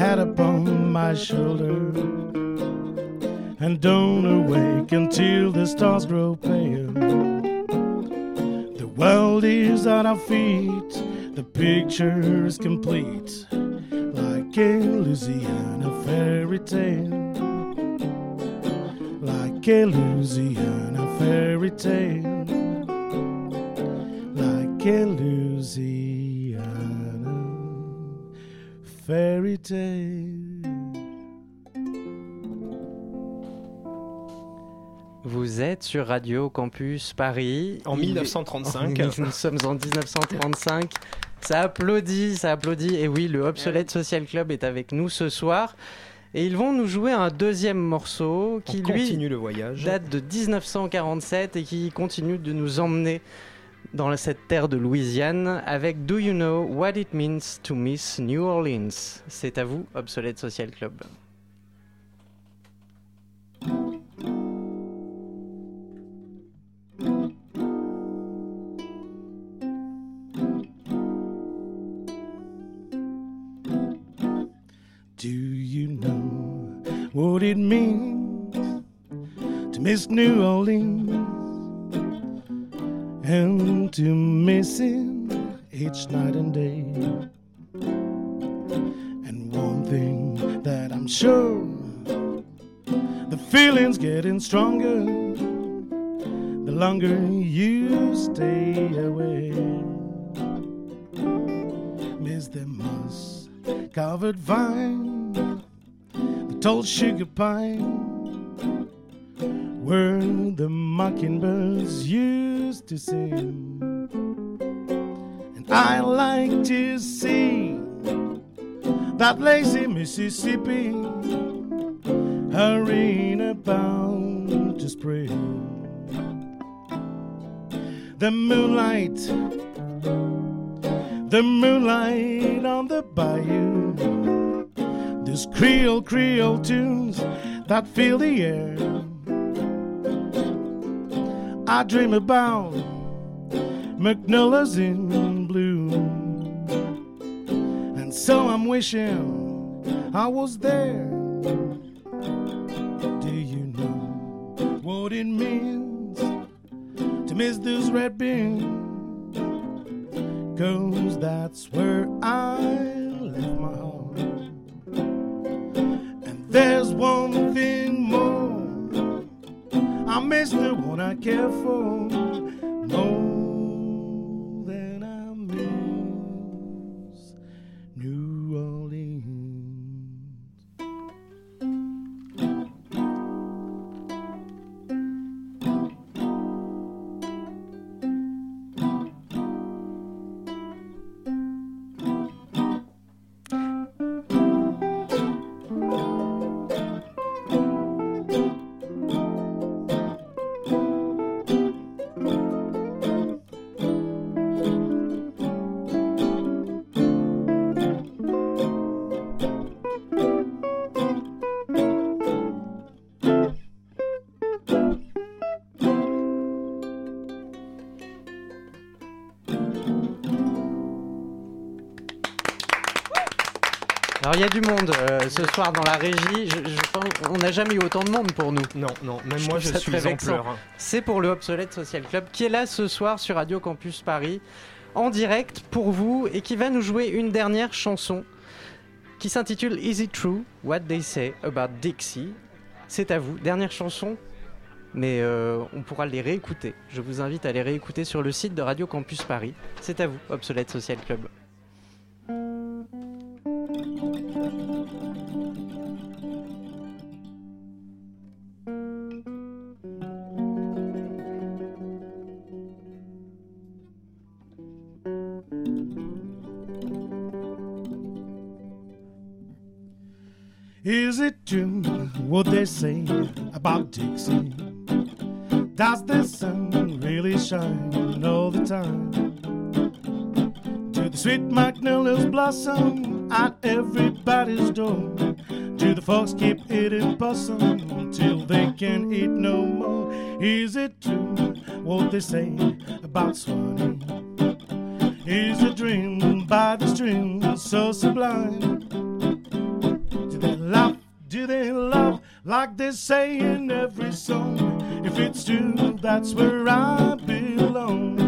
head upon my shoulder, and don't awake until the stars grow pale. The world is at our feet, the picture is complete, like a Louisiana fairy tale, like a Louisiana fairy tale, like a Louisiana fairy tale. Vous êtes sur Radio Campus Paris. En mille neuf cent trente-cinq. Nous sommes en dix-neuf cent trente-cinq. Ça applaudit, ça applaudit. Et oui, le Obsolete Social Club est avec nous ce soir. Et ils vont nous jouer un deuxième morceau qui, On lui, continue le voyage. date de dix-neuf cent quarante-sept et qui continue de nous emmener dans cette terre de Louisiane avec Do You Know What It Means to Miss New Orleans. C'est à vous, Obsolete Social Club. Do you know what it means to miss New Orleans and to miss it each night and day? And one thing that I'm sure, the feeling's getting stronger the longer you stay away. Miss the moss covered vine, the tall sugar pine, where the mockingbirds used to sing. And I like to see that lazy Mississippi hurrying about to spring. The moonlight, the moonlight on the bayou, these Creole, Creole tunes that fill the air. I dream about magnolias in bloom, and so I'm wishing I was there. Do you know what it means to miss those red beans? 'Cause that's where I left my heart. And there's one thing more, I miss the one I care for more than I miss New Orleans. Alors il y a du monde euh, ce soir dans la régie. Je, je pense, on n'a jamais eu autant de monde pour nous. Non, non, même Je moi trouve je ça suis très en vexant. pleurs. C'est pour le Obsolete Social Club qui est là ce soir sur Radio Campus Paris en direct pour vous et qui va nous jouer une dernière chanson qui s'intitule Is It True What They Say About Dixie. C'est à vous, dernière chanson, mais euh, on pourra les réécouter. Je vous invite à les réécouter sur le site de Radio Campus Paris. C'est à vous, Obsolete Social Club. Is it true what they say about Dixie? Does the sun really shine all the time? Do the sweet magnolias blossom at everybody's door? Do the folks keep eating possum till they can't eat no more? Is it true what they say about Swanee? Is a dream by the stream so sublime? do they love like they say in every song? If it's true, that's where I belong.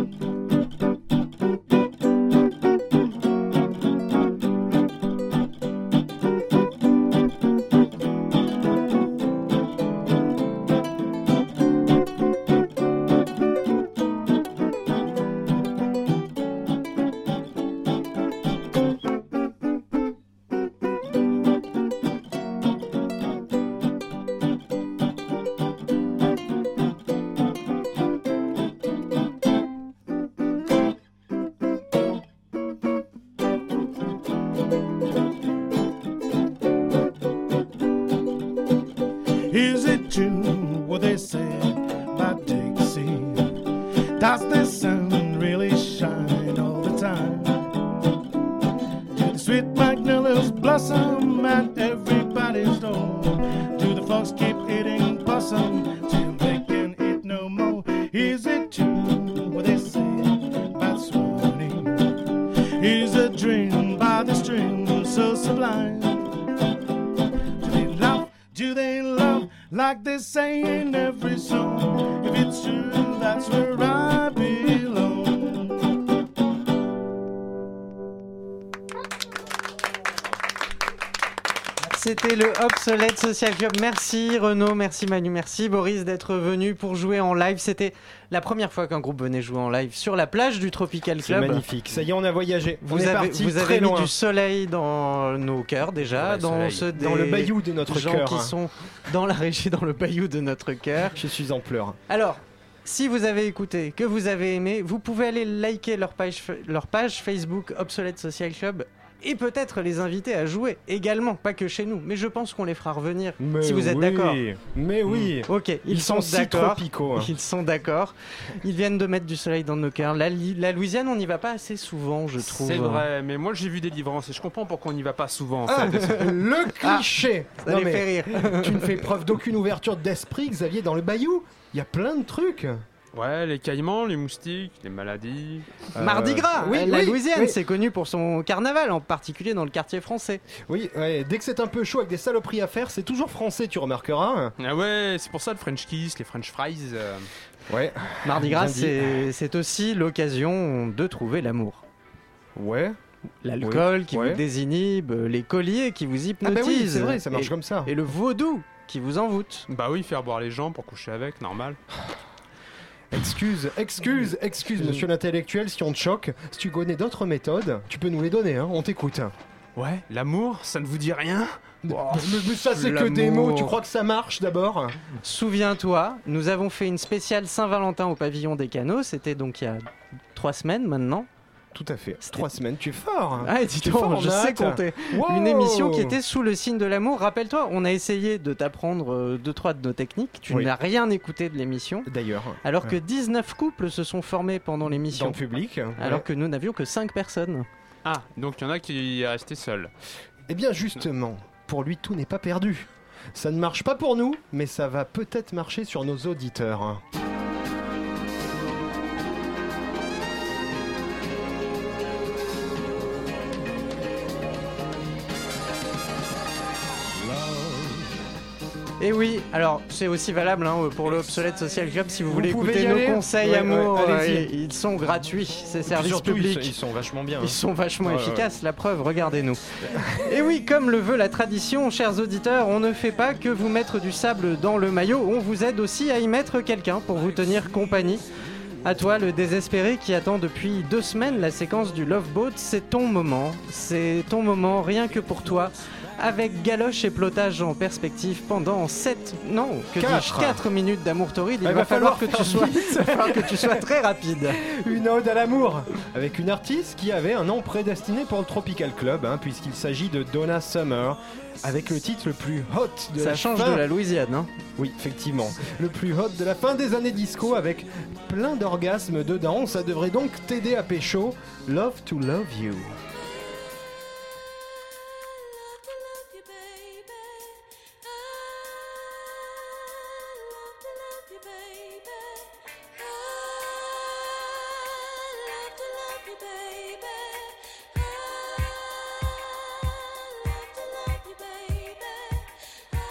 Is it true what they say about Dixie? Does the sun really shine all the time? Do the sweet magnolias blossom at everybody's door? Do the folks keep eating possum till they can eat no more? Is it true what they say about Swanee? Is a dream by the stream so sublime? Do they love, do they love like they say in every song? If it's true, that's where I belong. C'était le Obsolète Social Club. Merci Renaud, merci Manu, merci Boris d'être venu pour jouer en live. C'était la première fois qu'un groupe venait jouer en live sur la plage du Tropical Club. C'est magnifique. Ça y est, on a voyagé. Vous on est avez, parti vous très avez mis loin. du soleil dans nos cœurs déjà, Ouais, dans soleil. ceux des Dans le bayou de notre gens cœur. qui sont dans la régie, dans le bayou de notre cœur. Je suis en pleurs. Alors, si vous avez écouté, que vous avez aimé, vous pouvez aller liker leur page, leur page Facebook Obsolète Social Club et peut-être les inviter à jouer également, pas que chez nous, mais je pense qu'on les fera revenir Mais si vous êtes oui, d'accord. mais oui. Mmh. Ok, ils, Ils sont, sont si d'accord. tropicaux, hein. Ils sont d'accord. Ils viennent de mettre du soleil dans nos cœurs. La, Li- la Louisiane, on n'y va pas assez souvent, je trouve. C'est vrai, mais moi j'ai vu Délivrance et je comprends pourquoi on n'y va pas souvent en Ah, fait. le cliché. ça les fait rire. Tu ne fais preuve d'aucune ouverture d'esprit, Xavier, dans le bayou. Il y a plein de trucs. Ouais, les caïmans, les moustiques, les maladies. Euh, Mardi Gras, oui, la oui, Louisiane, oui. c'est connu pour son carnaval, en particulier dans le quartier français. Oui, ouais, dès que c'est un peu chaud avec des saloperies à faire, c'est toujours français, tu remarqueras. Ah ouais, c'est pour ça le French Kiss, les French Fries. euh. Ouais. Mardi Gras, Bien dit. c'est, c'est aussi l'occasion de trouver l'amour. Ouais. L'alcool Oui, qui ouais. vous désinhibe, les colliers qui vous Ah hypnotisent. bah oui, c'est vrai, ça marche et, comme ça. Et le vaudou qui vous envoûte. Bah oui, faire boire les gens pour coucher avec, normal. Excuse, excuse, excuse, monsieur l'intellectuel, si on te choque, si tu connais d'autres méthodes, tu peux nous les donner, hein, on t'écoute. Ouais, l'amour, ça ne vous dit rien? mais, mais ça, c'est que des l'amour. mots, tu crois que ça marche d'abord? Souviens-toi, nous avons fait une spéciale Saint-Valentin au pavillon des Canaux, c'était donc il y a trois semaines maintenant. Tout à fait. Trois semaines, tu es fort. Ah, dis Tu es donc, fort en je sais maths. compter. Wow. Une émission qui était sous le signe de l'amour. Rappelle-toi, on a essayé de t'apprendre euh, deux, trois de nos techniques. Tu Oui. n'as rien écouté de l'émission. D'ailleurs. Alors que Ouais. dix-neuf couples se sont formés pendant Dans l'émission. le public. Alors ouais. que nous n'avions que cinq personnes. Ah, donc il y en a qui est resté seul. Eh bien, justement, pour lui, tout n'est pas perdu. Ça ne marche pas pour nous, mais ça va peut-être marcher sur nos auditeurs. Et oui, alors c'est aussi valable hein, pour le Obsolète Social Club si vous, Vous voulez pouvez écouter y nos aller. conseils Ouais, amour. ouais, euh, allez-y. ils sont gratuits, c'est service Surtout, public. Ils, sont, ils sont vachement bien. Ils hein. sont vachement Ouais, efficaces, la preuve, regardez-nous. Et oui, comme le veut la tradition, chers auditeurs, on ne fait pas que vous mettre du sable dans le maillot, on vous aide aussi à y mettre quelqu'un pour vous tenir compagnie. À toi, le désespéré qui attend depuis deux semaines la séquence du Love Boat, c'est ton moment. C'est ton moment rien que pour toi. Avec galoche et plotage en perspective pendant sept, non, que Quatre. dis-je, quatre minutes d'amour torride, il Ah, va, va falloir, falloir que tu faire sois, vite. il va falloir que tu sois très rapide. Une ode à l'amour, avec une artiste qui avait un nom prédestiné pour le Tropical Club, hein, puisqu'il s'agit de Donna Summer, avec le titre le plus hot de Ça la change fin... de la Louisiane, hein. Oui, effectivement. Le plus hot de la fin des années disco, avec plein d'orgasmes dedans. Ça devrait donc t'aider à pécho. Love to love you. Baby,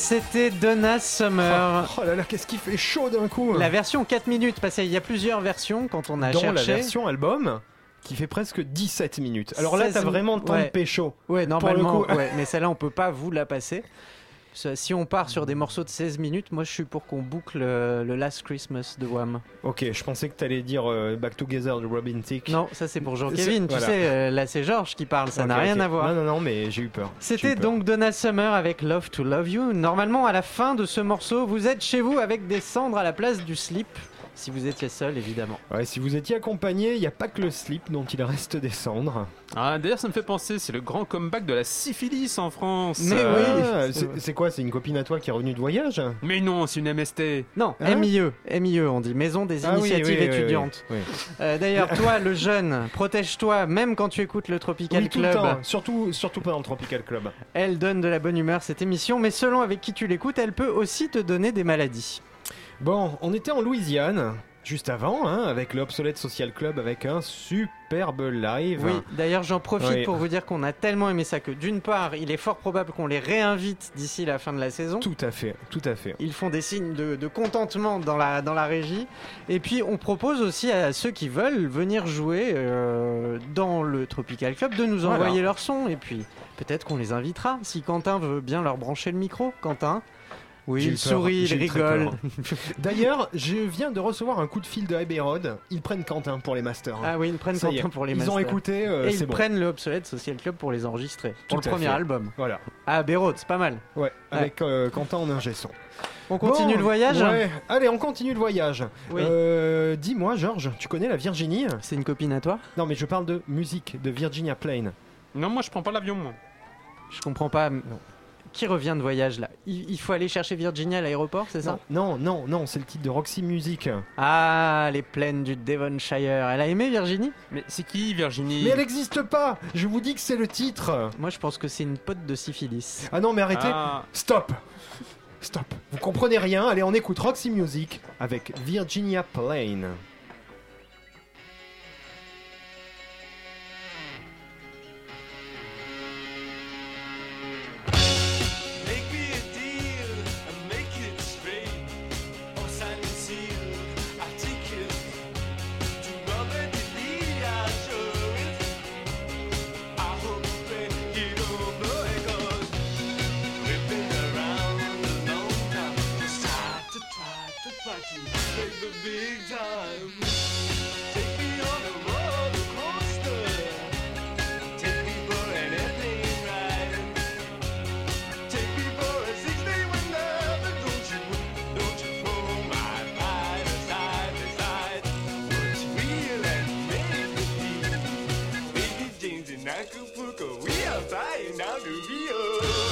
C'était Donna Summer. Oh, oh là là, qu'est-ce qui fait chaud d'un coup. La version quatre minutes, parce qu'il y a plusieurs versions quand on a Dans cherché. la version album, qui fait presque dix-sept minutes. Alors là, t'as vraiment le temps ouais. de pécho. Ouais, normalement, Pour le coup. ouais, mais celle-là, on peut pas vous la passer. Si on part sur des morceaux de seize minutes, moi je suis pour qu'on boucle le, le Last Christmas de Wham. Ok, je pensais que t'allais dire euh, Back Together de Robin Thicke. Non, ça c'est pour Jean-Kévin, tu voilà. sais, euh, là c'est Georges qui parle, ça Ok, n'a rien ok. à voir. Non, non, non, mais j'ai eu peur. J'ai C'était eu peur. donc Donna Summer avec Love to Love You. Normalement, à la fin de ce morceau, vous êtes chez vous avec des cendres à la place du slip. Si vous étiez seul, évidemment. Ouais, si vous étiez accompagné, il n'y a pas que le slip dont il reste des cendres. Ah, d'ailleurs, ça me fait penser, c'est le grand comeback de la syphilis en France. Mais Euh, oui. Ah, c'est c'est quoi? C'est une copine à toi qui est revenue de voyage? Mais non, c'est une M S T. Non, Hein M I E. M I E, on dit Maison des Ah oui, Initiatives oui, oui, Étudiantes. oui, oui. Euh, D'ailleurs, toi, le jeune, protège-toi, même quand tu écoutes le Tropical Oui, tout Club. le temps, surtout, surtout pendant le Tropical Club. Elle donne de la bonne humeur, cette émission, mais selon avec qui tu l'écoutes, elle peut aussi te donner des maladies. Bon, on était en Louisiane, juste avant, hein, avec l'Obsolete Social Club, avec un superbe live. Oui, d'ailleurs, j'en profite Oui. pour vous dire qu'on a tellement aimé ça que, d'une part, il est fort probable qu'on les réinvite d'ici la fin de la saison. Tout à fait, tout à fait. Ils font des signes de, de contentement dans la, dans la régie. Et puis, on propose aussi à ceux qui veulent venir jouer euh, dans le Tropical Club de nous Voilà. envoyer leur son. Et puis, peut-être qu'on les invitera. Si Quentin veut bien leur brancher le micro. Quentin? Oui, J'ai il eu peur, sourit, il j'ai eu très rigole. peur. D'ailleurs, je viens de recevoir un coup de fil de Abbey Road. Ils prennent Quentin pour les masters. Ah oui, ils prennent Ça y Quentin est, pour les ils masters. ont écouté, euh, Et c'est ils bon. prennent le Obsolete Social Club pour les enregistrer. Pour Tout le à premier fait. album. Voilà. Ah, Bérode, c'est pas mal. Ouais, avec euh, Quentin en ingé son. On continue Bon, le voyage. Ouais, allez, on continue le voyage. Oui. Euh, Dis-moi, Georges, tu connais la Virginie? C'est une copine à toi? Non, mais je parle de musique, de Virginia Plain. Non, moi je prends pas l'avion, moi. Je comprends pas. Qui revient de voyage là? il, il faut aller chercher Virginia à l'aéroport, c'est ça? Non, non, non, c'est le titre de Roxy Music. Ah, les plaines du Devonshire. Elle a aimé Virginie? Mais c'est qui Virginie? Mais elle n'existe pas. Je vous dis que c'est le titre. Moi, je pense que c'est une pote de syphilis. Ah non, mais arrêtez. Ah. Stop. Stop. Vous comprenez rien. Allez, on écoute Roxy Music avec Virginia Plain. Make me a deal and make it straight. Or sign and seal, I take it. To Robert E. Lee, I show it. I hope that he don't know it, 'cause we've been around a long time. Just try to try to try to make the big time. Take me on a roller coaster. Take me for an airplane ride. Take me for a six-day window, but don't you, don't you throw my pride aside, aside. What's real and make believe? Baby James in Acapulco, we are flying down to Rio.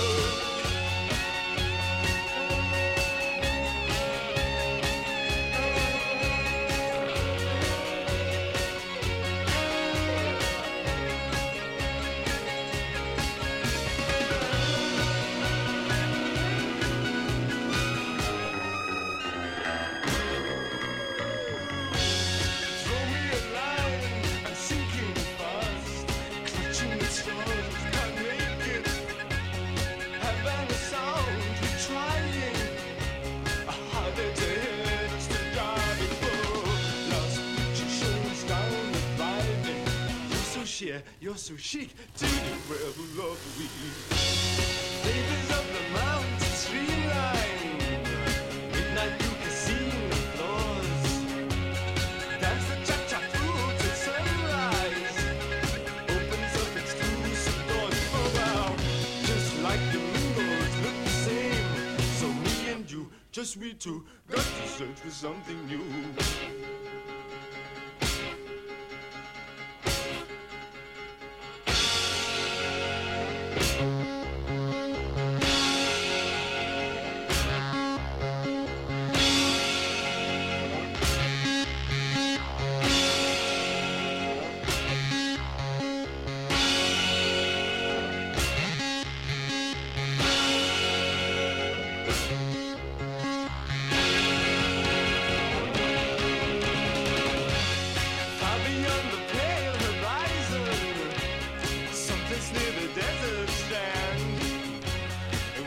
Throw me a line, I'm sinking fast, clutching at straws, can't make it. Having a sound, we're trying. A harder to hit, to drive it for. Lost picture shows down the driving. You're so sheer, you're so chic, to the rebel of the week. Babies of the mountain streamline, midnight blue casino floors. Dance the cha-cha through till sunrise. Opens up exclusive doors. Oh wow, just like the windows look the same. So me and you, just we two, got to search for something new.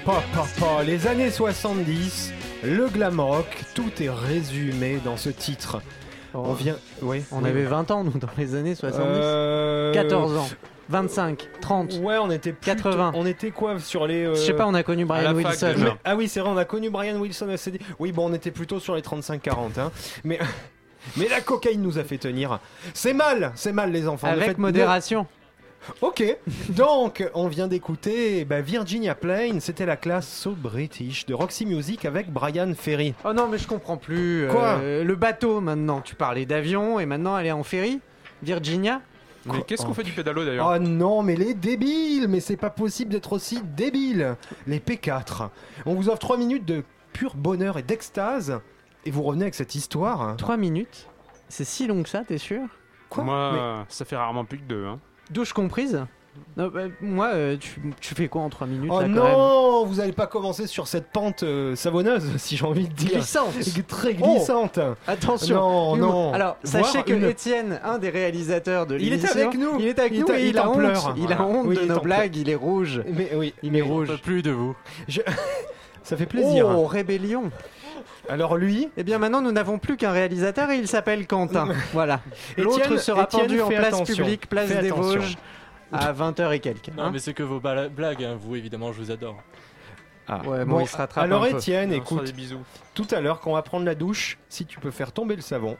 Pa, pa, pa. Les années soixante-dix, le glam rock, tout est résumé dans ce titre. Oh. On vient... Oui, On oui. avait vingt ans, nous, dans les années soixante-dix. Euh... quatorze ans. vingt-cinq, trente. Ouais, on était plutôt- quatre-vingts. On était quoi sur les... euh, Je sais pas, on a connu à la Brian fac, Wilson. déjà. Mais- ah oui, c'est vrai, on a connu Brian Wilson à C D. Oui, bon, on était plutôt sur les trente-cinq quarante. Hein. Mais... Mais la cocaïne nous a fait tenir. C'est mal, c'est mal les enfants. Ne Avec faites- modération. Ok, donc on vient d'écouter bah, Virginia Plain, c'était la classe So British de Roxy Music avec Brian Ferry. Oh non, mais je comprends plus. Quoi Euh, Le bateau maintenant, tu parlais d'avion et maintenant elle est en ferry. Virginia. Mais Quoi qu'est-ce qu'on Oh. fait du pédalo d'ailleurs? Oh non, mais les débiles, mais c'est pas possible d'être aussi débile. Les P quatre. On vous offre trois minutes de pur bonheur et d'extase et vous revenez avec cette histoire. trois minutes. C'est si long que ça, t'es sûr? Quoi Moi, Mais- euh, ça fait rarement plus que deux. Hein. Douche comprise. Non, bah, moi, euh, tu, tu fais quoi en trois minutes Oh là, quand non, vous allez pas commencer sur cette pente euh, savonneuse, si j'ai envie de même dire. Glissante. Très glissante. Attention. Non, Humour. non. Alors, Voir sachez que une- Étienne, un des réalisateurs de Il l'émission, était avec nous. il est avec Il nous est- et il il est a en honte. pleurs. Il a Voilà. honte Oui, de il est nos en blagues. Il est rouge. Mais oui, Il est rouge. Plus de vous. je- ça fait plaisir. Oh, rébellion. Alors lui, Eh bien maintenant nous n'avons plus qu'un réalisateur et il s'appelle Quentin. Voilà. L'autre Étienne- sera Étienne, pendu en fais place attention. publique, place Fais des attention. Vosges, à vingt heures et quelques. Non, hein. mais c'est que vos bala- blagues, hein. Vous évidemment, je vous adore. Ah. Ouais, bon, il se rattrape alors un peu. Étienne, On se fera écoute, des bisous. tout à l'heure quand on va prendre la douche, si tu peux faire tomber le savon.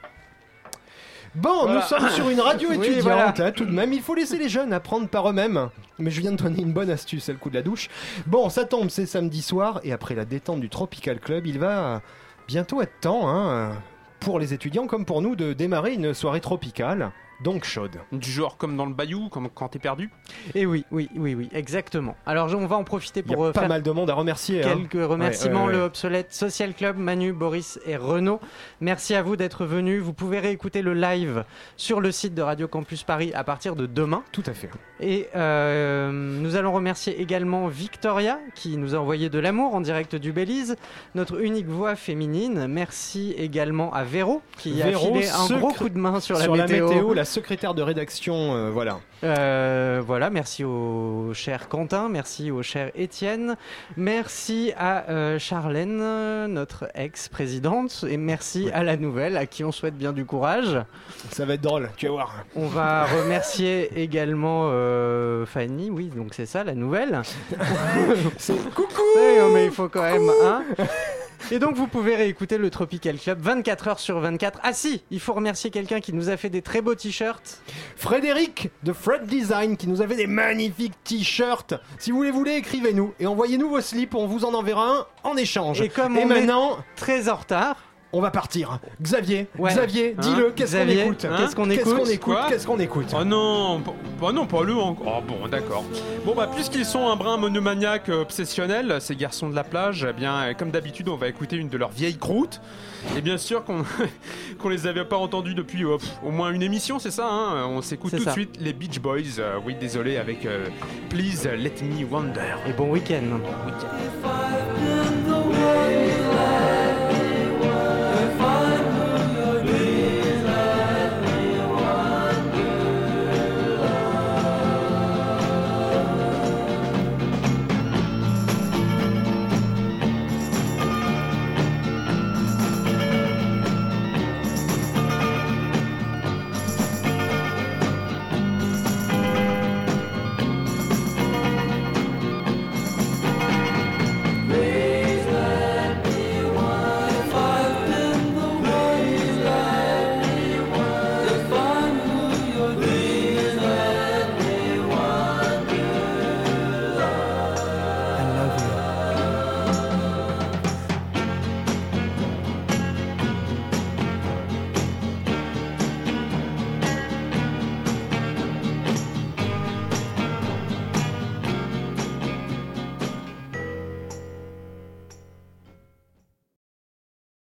Bon, Voilà. nous sommes sur une radio Oui, étudiante, voilà. là, tout de même. Il faut laisser les jeunes apprendre par eux-mêmes. Mais je viens de donner une bonne astuce, c'est le coup de la douche. Bon, ça tombe, c'est samedi soir, et après la détente du Tropical Club, il va bientôt être temps, hein, pour les étudiants comme pour nous, de démarrer une soirée tropicale, donc chaude. Du genre comme dans le bayou, comme quand t'es perdu. Et oui, oui, oui, oui, exactement. Alors je- on va en profiter Il y pour a euh, pas faire mal de monde à remercier. hein. quelques remerciements. Ouais, ouais, ouais. Le Obsolète Social Club, Manu, Boris et Renaud. Merci à vous d'être venus. Vous pouvez réécouter le live sur le site de Radio Campus Paris à partir de demain. Tout à fait. Et euh, nous allons remercier également Victoria qui nous a envoyé de l'amour en direct du Belize, notre unique voix féminine. Merci également à Véro qui Véro, a filé un secr- gros coup de main sur, Sur la météo. la secrétaire de rédaction, euh, voilà. Euh, voilà, merci au cher Quentin, merci au cher Étienne, merci à euh, Charlène, notre ex-présidente, et merci à la nouvelle, à qui on souhaite bien du courage. Ça va être drôle, tu vas voir. On va remercier également euh, Fanny, oui, donc c'est ça la nouvelle. C'est coucou. Ouais, non, mais il faut quand même, hein. Et donc vous pouvez réécouter le Tropical Club vingt-quatre heures sur vingt-quatre. Ah si, il faut remercier quelqu'un qui nous a fait des très beaux t-shirts. Frédéric de Fred Design qui nous avait des magnifiques t-shirts. Si vous les voulez, écrivez-nous et envoyez-nous vos slips, on vous en enverra un en échange. Et comme et on maintenant, est très en retard, on va partir. Xavier, Ouais. Xavier, Hein dis-le, qu'est-ce qu'on Xavier, écoute hein qu'est-ce qu'on Qu'est-ce écoute qu'on écoute Quoi Qu'est-ce qu'on écoute Oh non, p- bah non, pas le encore. Oh bon, d'accord. Bon bah puisqu'ils sont un brin monomaniaque euh, obsessionnel, ces garçons de la plage, eh bien euh, comme d'habitude, on va écouter une de leurs vieilles croûtes. Et bien sûr qu'on qu'on les avait pas entendus depuis euh, pff, au moins une émission, c'est ça. Hein, on s'écoute C'est tout ça. de suite les Beach Boys. euh, oui, désolé, avec euh, Please Let Me Wonder. et bon week-end. Week-end. If I've been the way